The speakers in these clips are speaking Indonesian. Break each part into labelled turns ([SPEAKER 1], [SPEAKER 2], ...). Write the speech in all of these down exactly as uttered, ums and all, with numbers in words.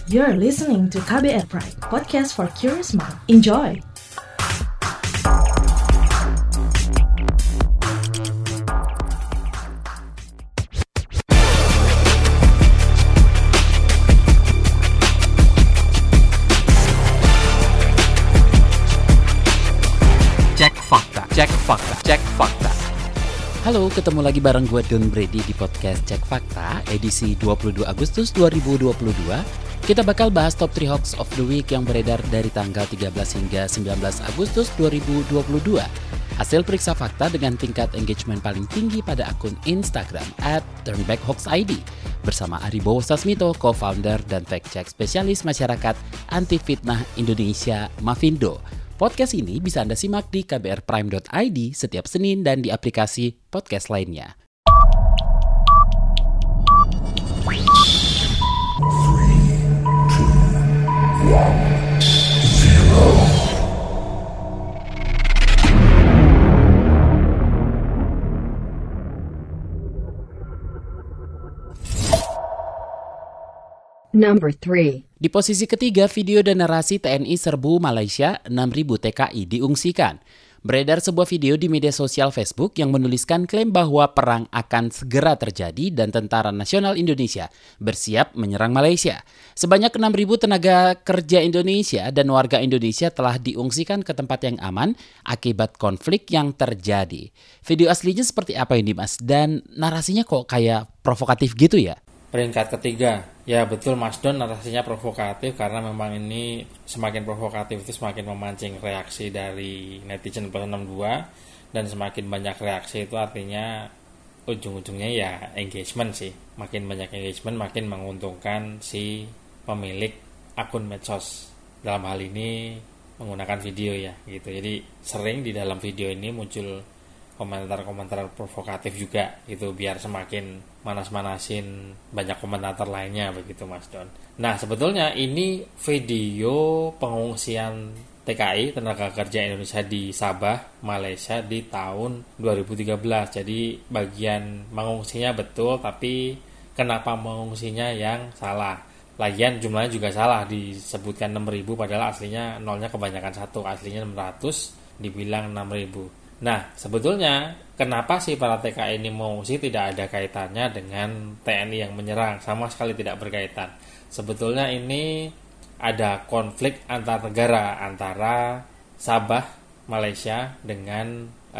[SPEAKER 1] You're listening to K B R Prime, podcast for curious mind. Enjoy!
[SPEAKER 2] Cek fakta, cek fakta, cek fakta. Halo, ketemu lagi bareng gue Don Brady di podcast Cek Fakta edisi dua puluh dua Agustus dua ribu dua puluh dua. Kita bakal bahas top tiga hoax of the week yang beredar dari tanggal tiga belas hingga sembilan belas Agustus dua ribu dua puluh dua. Hasil periksa fakta dengan tingkat engagement paling tinggi pada akun Instagram at turnbackhoaxid bersama Aribo Sasmito, co-founder dan fact-check spesialis masyarakat anti fitnah Indonesia Mavindo. Podcast ini bisa Anda simak di k b r prime dot i d setiap Senin dan di aplikasi podcast lainnya.
[SPEAKER 1] Number three.
[SPEAKER 2] Di posisi ketiga, video dan narasi T N I serbu Malaysia, enam ribu T K I diungsikan. Beredar sebuah video di media sosial Facebook yang menuliskan klaim bahwa perang akan segera terjadi dan Tentara Nasional Indonesia bersiap menyerang Malaysia. Sebanyak enam ribu tenaga kerja Indonesia dan warga Indonesia telah diungsikan ke tempat yang aman akibat konflik yang terjadi. Video aslinya seperti apa ini, Mas? Dan narasinya kok kayak provokatif gitu ya?
[SPEAKER 3] Peringkat ketiga, ya betul Mas Don, narasinya provokatif karena memang ini semakin provokatif itu semakin memancing reaksi dari netizen plus enam puluh dua dan semakin banyak reaksi itu artinya ujung-ujungnya ya engagement sih. Makin banyak engagement makin menguntungkan si pemilik akun medsos. Dalam hal ini menggunakan video ya gitu. Jadi sering di dalam video ini muncul komentar-komentar provokatif juga gitu biar semakin manas-manasin banyak komentator lainnya begitu Mas Don. Nah sebetulnya ini video pengungsian T K I tenaga kerja Indonesia di Sabah, Malaysia di tahun dua ribu tiga belas. Jadi bagian mengungsinya betul tapi kenapa mengungsinya yang salah. Lagian jumlahnya juga salah, disebutkan enam ribu padahal aslinya nolnya kebanyakan satu, aslinya enam ratus dibilang enam ribu. Nah, sebetulnya kenapa sih para T K I ini mengungsi tidak ada kaitannya dengan T N I yang menyerang, sama sekali tidak berkaitan. Sebetulnya ini ada konflik antar negara, antara Sabah, Malaysia dengan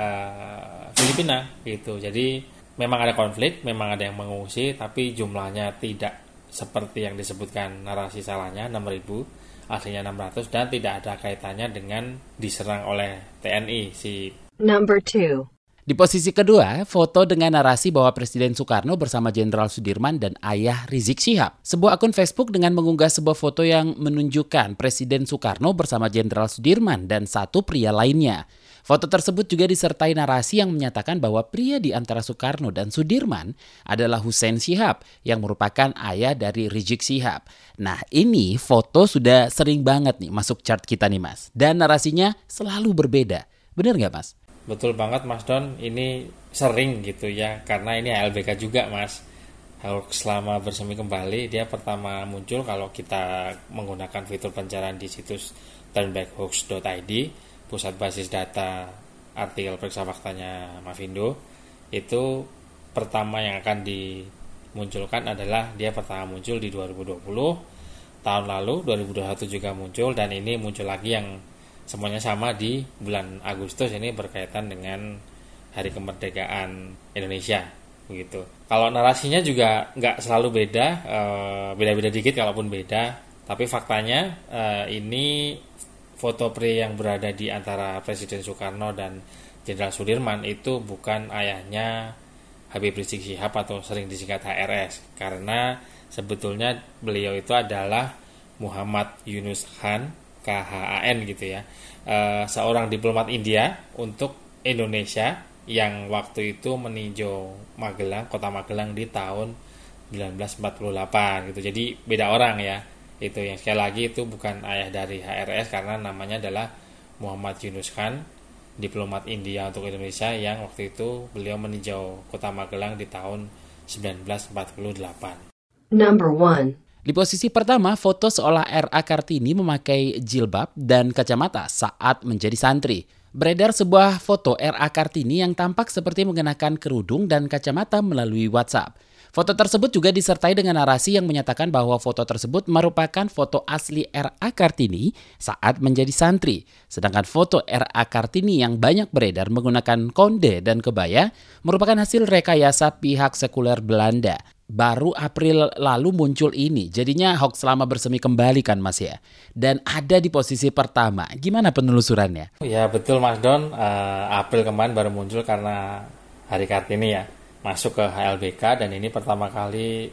[SPEAKER 3] uh, Filipina gitu. Jadi memang ada konflik, memang ada yang mengungsi, tapi jumlahnya tidak seperti yang disebutkan narasi salahnya enam ribu, aslinya enam ratus dan tidak ada kaitannya dengan diserang oleh T N I si
[SPEAKER 1] Number two.
[SPEAKER 2] Di posisi kedua, foto dengan narasi bahwa Presiden Soekarno bersama Jenderal Sudirman dan ayah Rizik Syihab. Sebuah akun Facebook dengan mengunggah sebuah foto yang menunjukkan Presiden Soekarno bersama Jenderal Sudirman dan satu pria lainnya. Foto tersebut juga disertai narasi yang menyatakan bahwa pria di antara Soekarno dan Sudirman adalah Hussein Syihab yang merupakan ayah dari Rizik Syihab. Nah ini foto sudah sering banget nih masuk chart kita nih Mas. Dan narasinya selalu berbeda. Benar nggak Mas?
[SPEAKER 3] Betul banget Mas Don, ini sering gitu ya, karena ini H L B K juga Mas. Hoax Lama Bersemi Kembali, dia pertama muncul kalau kita menggunakan fitur pencarian di situs turnbackhoax dot i d, pusat basis data artikel periksa faktanya Mavindo. Itu pertama yang akan dimunculkan adalah dia pertama muncul di dua ribu dua puluh, tahun lalu dua ribu dua puluh satu juga muncul, dan ini muncul lagi yang semuanya sama di bulan Agustus, ini berkaitan dengan Hari Kemerdekaan Indonesia begitu. Kalau narasinya juga nggak selalu beda, e, beda-beda dikit kalaupun beda, tapi faktanya e, ini foto pria yang berada di antara Presiden Soekarno dan Jenderal Sudirman itu bukan ayahnya Habib Rizik Syihab atau sering disingkat H R S, karena sebetulnya beliau itu adalah Muhammad Yunus Khan K H A N gitu ya, e, seorang diplomat India untuk Indonesia yang waktu itu meninjau Magelang, kota Magelang di tahun seribu sembilan ratus empat puluh delapan gitu. Jadi beda orang ya. Itu yang sekali lagi itu bukan ayah dari H R S karena namanya adalah Muhammad Yunus Khan, diplomat India untuk Indonesia yang waktu itu beliau meninjau kota Magelang di tahun seribu sembilan ratus empat puluh delapan.
[SPEAKER 1] Number one.
[SPEAKER 2] Di posisi pertama, foto seolah R A Kartini memakai jilbab dan kacamata saat menjadi santri. Beredar sebuah foto R A Kartini yang tampak seperti mengenakan kerudung dan kacamata melalui WhatsApp. Foto tersebut juga disertai dengan narasi yang menyatakan bahwa foto tersebut merupakan foto asli R A Kartini saat menjadi santri. Sedangkan foto R A Kartini yang banyak beredar menggunakan konde dan kebaya merupakan hasil rekayasa pihak sekuler Belanda. Baru April lalu muncul ini, jadinya hoax lama bersemi kembali kan Mas ya. Dan ada di posisi pertama, gimana penelusurannya?
[SPEAKER 3] Ya betul Mas Don, uh, April kemarin baru muncul karena Hari Kartini ya, masuk ke H L B K dan ini pertama kali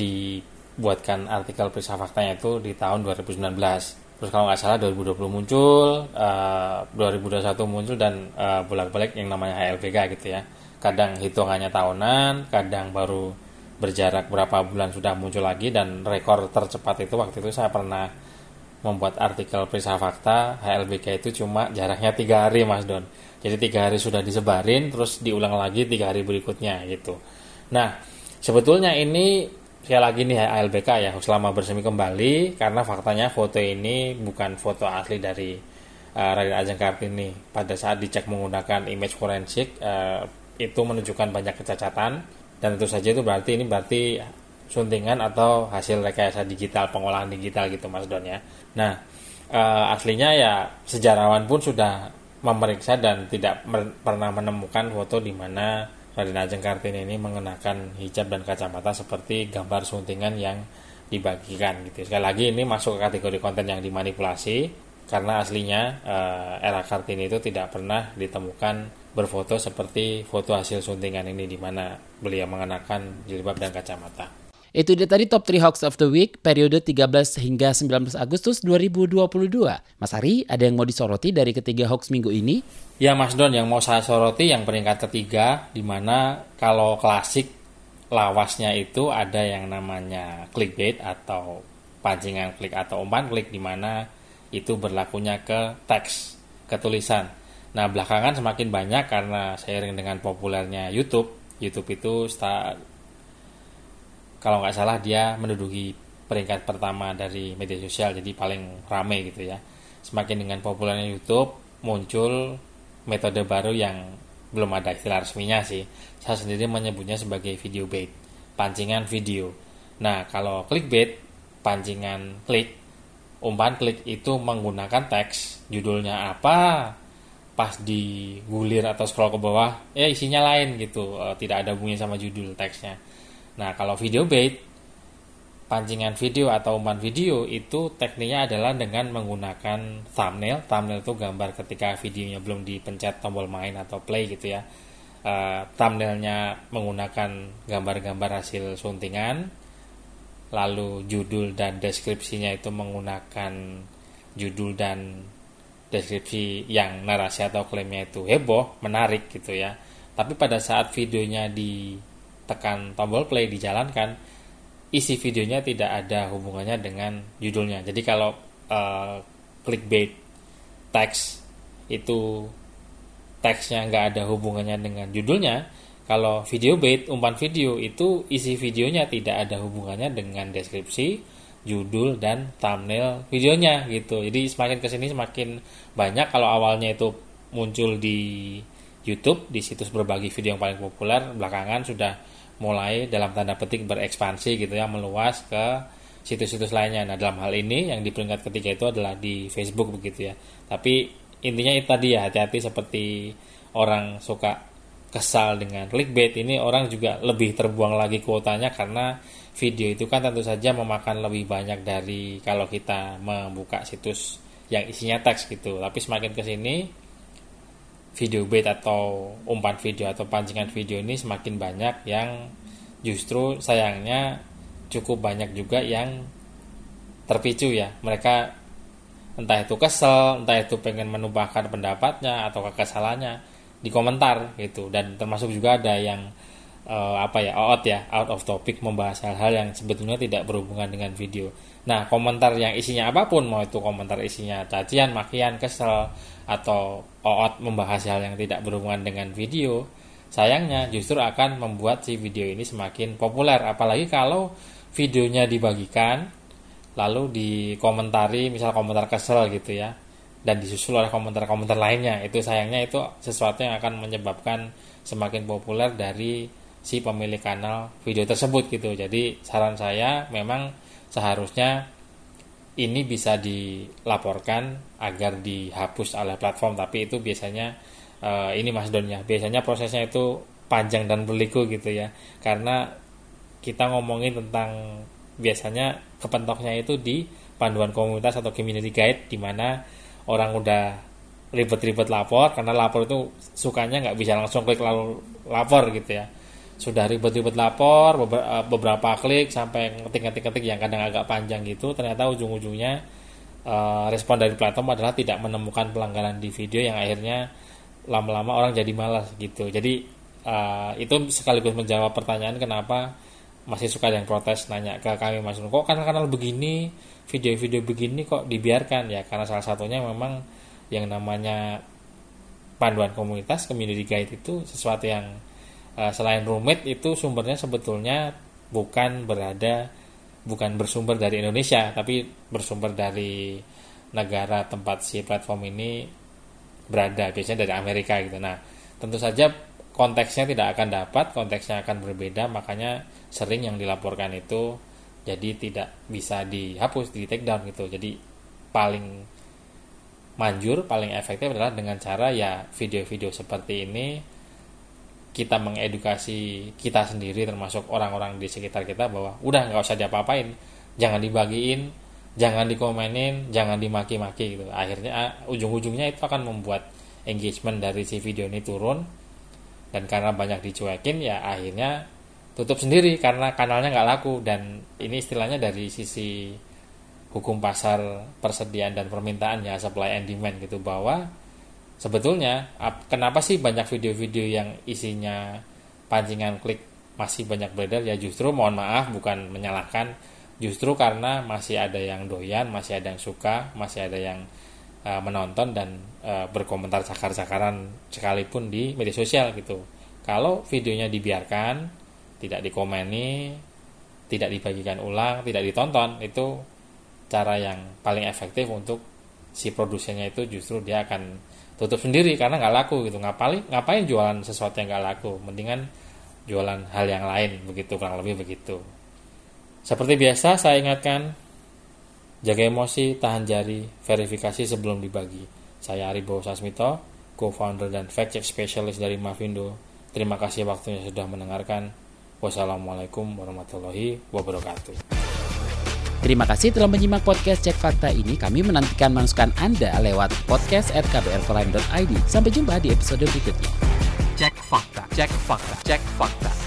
[SPEAKER 3] dibuatkan artikel periksa faktanya itu di tahun dua ribu sembilan belas. Terus kalau nggak salah dua ribu dua puluh muncul, uh, dua ribu dua puluh satu muncul dan uh, bolak-balik yang namanya H L B K gitu ya. Kadang hitungannya tahunan, kadang baru berjarak berapa bulan sudah muncul lagi, dan rekor tercepat itu waktu itu saya pernah membuat artikel periksa fakta H L B K itu cuma jaraknya tiga hari Mas Don. Jadi tiga hari sudah disebarin, terus diulang lagi tiga hari berikutnya gitu. Nah sebetulnya ini sekali lagi nih H L B K ya, selama bersemi kembali, karena faktanya foto ini bukan foto asli dari uh, Raden Ajeng Kartini. Pada saat dicek menggunakan image forensik uh, itu menunjukkan banyak kecacatan. Dan tentu saja itu berarti ini berarti suntingan atau hasil rekayasa digital, pengolahan digital gitu Mas Don ya. Nah e, aslinya ya sejarawan pun sudah memeriksa dan tidak mer- pernah menemukan foto di mana Raden Ajeng Kartini ini mengenakan hijab dan kacamata seperti gambar suntingan yang dibagikan gitu. Sekali lagi ini masuk ke kategori konten yang dimanipulasi karena aslinya e, R A Kartini itu tidak pernah ditemukan berfoto seperti foto hasil suntingan ini di mana beliau mengenakan jilbab dan kacamata.
[SPEAKER 2] Itu dia tadi top tiga Hoax of the Week periode tiga belas hingga sembilan belas Agustus dua ribu dua puluh dua. Mas Ari, ada yang mau disoroti dari ketiga hoax minggu ini?
[SPEAKER 3] Ya Mas Don, yang mau saya soroti yang peringkat ketiga, di mana kalau klasik lawasnya itu ada yang namanya clickbait atau pancingan klik atau umpan klik, di mana itu berlakunya ke teks, ke tulisan. Nah belakangan semakin banyak karena seiring dengan populernya YouTube. YouTube itu start, kalau nggak salah dia menduduki peringkat pertama dari media sosial, jadi paling rame gitu ya. Semakin dengan populernya YouTube, muncul metode baru yang belum ada istilah resminya sih. Saya sendiri menyebutnya sebagai video bait, pancingan video. Nah kalau clickbait, pancingan klik, umpan klik itu menggunakan teks, judulnya apa, pas digulir atau scroll ke bawah, ya isinya lain gitu, e, tidak ada hubungannya sama judul teksnya. Nah kalau video bait, pancingan video atau umpan video itu tekniknya adalah dengan menggunakan thumbnail. Thumbnail itu gambar ketika videonya belum dipencet tombol main atau play gitu ya. E, thumbnailnya menggunakan gambar-gambar hasil suntingan, lalu judul dan deskripsinya itu menggunakan judul dan deskripsi yang narasi atau klaimnya itu heboh, menarik gitu ya. Tapi pada saat videonya ditekan tombol play, dijalankan, isi videonya tidak ada hubungannya dengan judulnya. Jadi kalau uh, clickbait teks itu teksnya nggak ada hubungannya dengan judulnya, kalau video bait, umpan video itu isi videonya tidak ada hubungannya dengan deskripsi, judul dan thumbnail videonya gitu. Jadi semakin kesini semakin banyak. Kalau awalnya itu muncul di YouTube, di situs berbagi video yang paling populer, belakangan sudah mulai dalam tanda petik berekspansi gitu ya, meluas ke situs-situs lainnya. Nah dalam hal ini yang di peringkat ketiga itu adalah di Facebook begitu ya. Tapi intinya itu tadi ya, hati-hati, seperti orang suka kesal dengan clickbait ini, orang juga lebih terbuang lagi kuotanya karena video itu kan tentu saja memakan lebih banyak dari kalau kita membuka situs yang isinya teks gitu. Tapi semakin kesini video bait atau umpan video atau pancingan video ini semakin banyak yang justru sayangnya cukup banyak juga yang terpicu ya. Mereka entah itu kesel, entah itu pengen menumpahkan pendapatnya atau kekesalannya di komentar gitu. Dan termasuk juga ada yang Uh, apa ya out ya out of topic, membahas hal-hal yang sebetulnya tidak berhubungan dengan video. Nah komentar yang isinya apapun, mau itu komentar isinya cacian, makian, kesel, atau out membahas hal yang tidak berhubungan dengan video, sayangnya justru akan membuat si video ini semakin populer. Apalagi kalau videonya dibagikan lalu dikomentari, misal komentar kesel gitu ya, dan disusul oleh komentar-komentar lainnya. Itu sayangnya itu sesuatu yang akan menyebabkan semakin populer dari si pemilik kanal video tersebut gitu. Jadi saran saya memang seharusnya ini bisa dilaporkan agar dihapus oleh platform, tapi itu biasanya uh, ini Mas Don ya, biasanya prosesnya itu panjang dan berliku gitu ya, karena kita ngomongin tentang biasanya kepentoknya itu di panduan komunitas atau community guide, di mana orang udah ribet-ribet lapor, karena lapor itu sukanya nggak bisa langsung klik lalu lapor gitu ya. Sudah ribet-ribet lapor, beberapa klik sampai ngetik-ngetik-ngetik yang kadang agak panjang gitu, ternyata ujung-ujungnya uh, respon dari platform adalah tidak menemukan pelanggaran di video, yang akhirnya lama-lama orang jadi malas gitu. Jadi uh, itu sekaligus menjawab pertanyaan kenapa masih suka yang protes nanya ke kami, Mas Nun, kok kanal-kanal begini, video-video begini kok dibiarkan ya? Karena salah satunya memang yang namanya panduan komunitas, community guide itu sesuatu yang selain rumit, itu sumbernya sebetulnya bukan berada bukan bersumber dari Indonesia, tapi bersumber dari negara tempat si platform ini berada, biasanya dari Amerika gitu. Nah, tentu saja konteksnya tidak akan dapat, konteksnya akan berbeda, makanya sering yang dilaporkan itu jadi tidak bisa dihapus, di take down gitu. Jadi paling manjur, paling efektif adalah dengan cara ya video-video seperti ini kita mengedukasi kita sendiri, termasuk orang-orang di sekitar kita, bahwa udah nggak usah diapa-apain, jangan dibagiin, jangan dikomenin, jangan dimaki-maki gitu. Akhirnya ujung-ujungnya itu akan membuat engagement dari si video ini turun, dan karena banyak dicuekin ya akhirnya tutup sendiri karena kanalnya nggak laku. Dan ini istilahnya dari sisi hukum pasar persediaan dan permintaan ya, supply and demand gitu, bahwa sebetulnya kenapa sih banyak video-video yang isinya pancingan klik masih banyak beredar? Ya justru mohon maaf, bukan menyalahkan, justru karena masih ada yang doyan, masih ada yang suka, masih ada yang uh, menonton dan uh, berkomentar cakar-cakaran sekalipun di media sosial gitu. Kalau videonya dibiarkan, tidak dikomeni, tidak dibagikan ulang, tidak ditonton, itu cara yang paling efektif untuk si produsennya itu justru dia akan tutup sendiri karena nggak laku gitu. Ngapain ngapain jualan sesuatu yang nggak laku, mendingan jualan hal yang lain, begitu, kurang lebih begitu. Seperti biasa saya ingatkan, jaga emosi, tahan jari, verifikasi sebelum dibagi. Saya Aribo Sasmito, co-founder dan fact check specialist dari Mavindo. Terima kasih waktunya sudah mendengarkan. Wassalamualaikum warahmatullahi wabarakatuh.
[SPEAKER 2] Terima kasih telah menyimak podcast Cek Fakta ini. Kami menantikan masukan Anda lewat podcast at k b r prime dot i d. Sampai jumpa di episode berikutnya. Cek Fakta, Cek Fakta, Cek Fakta.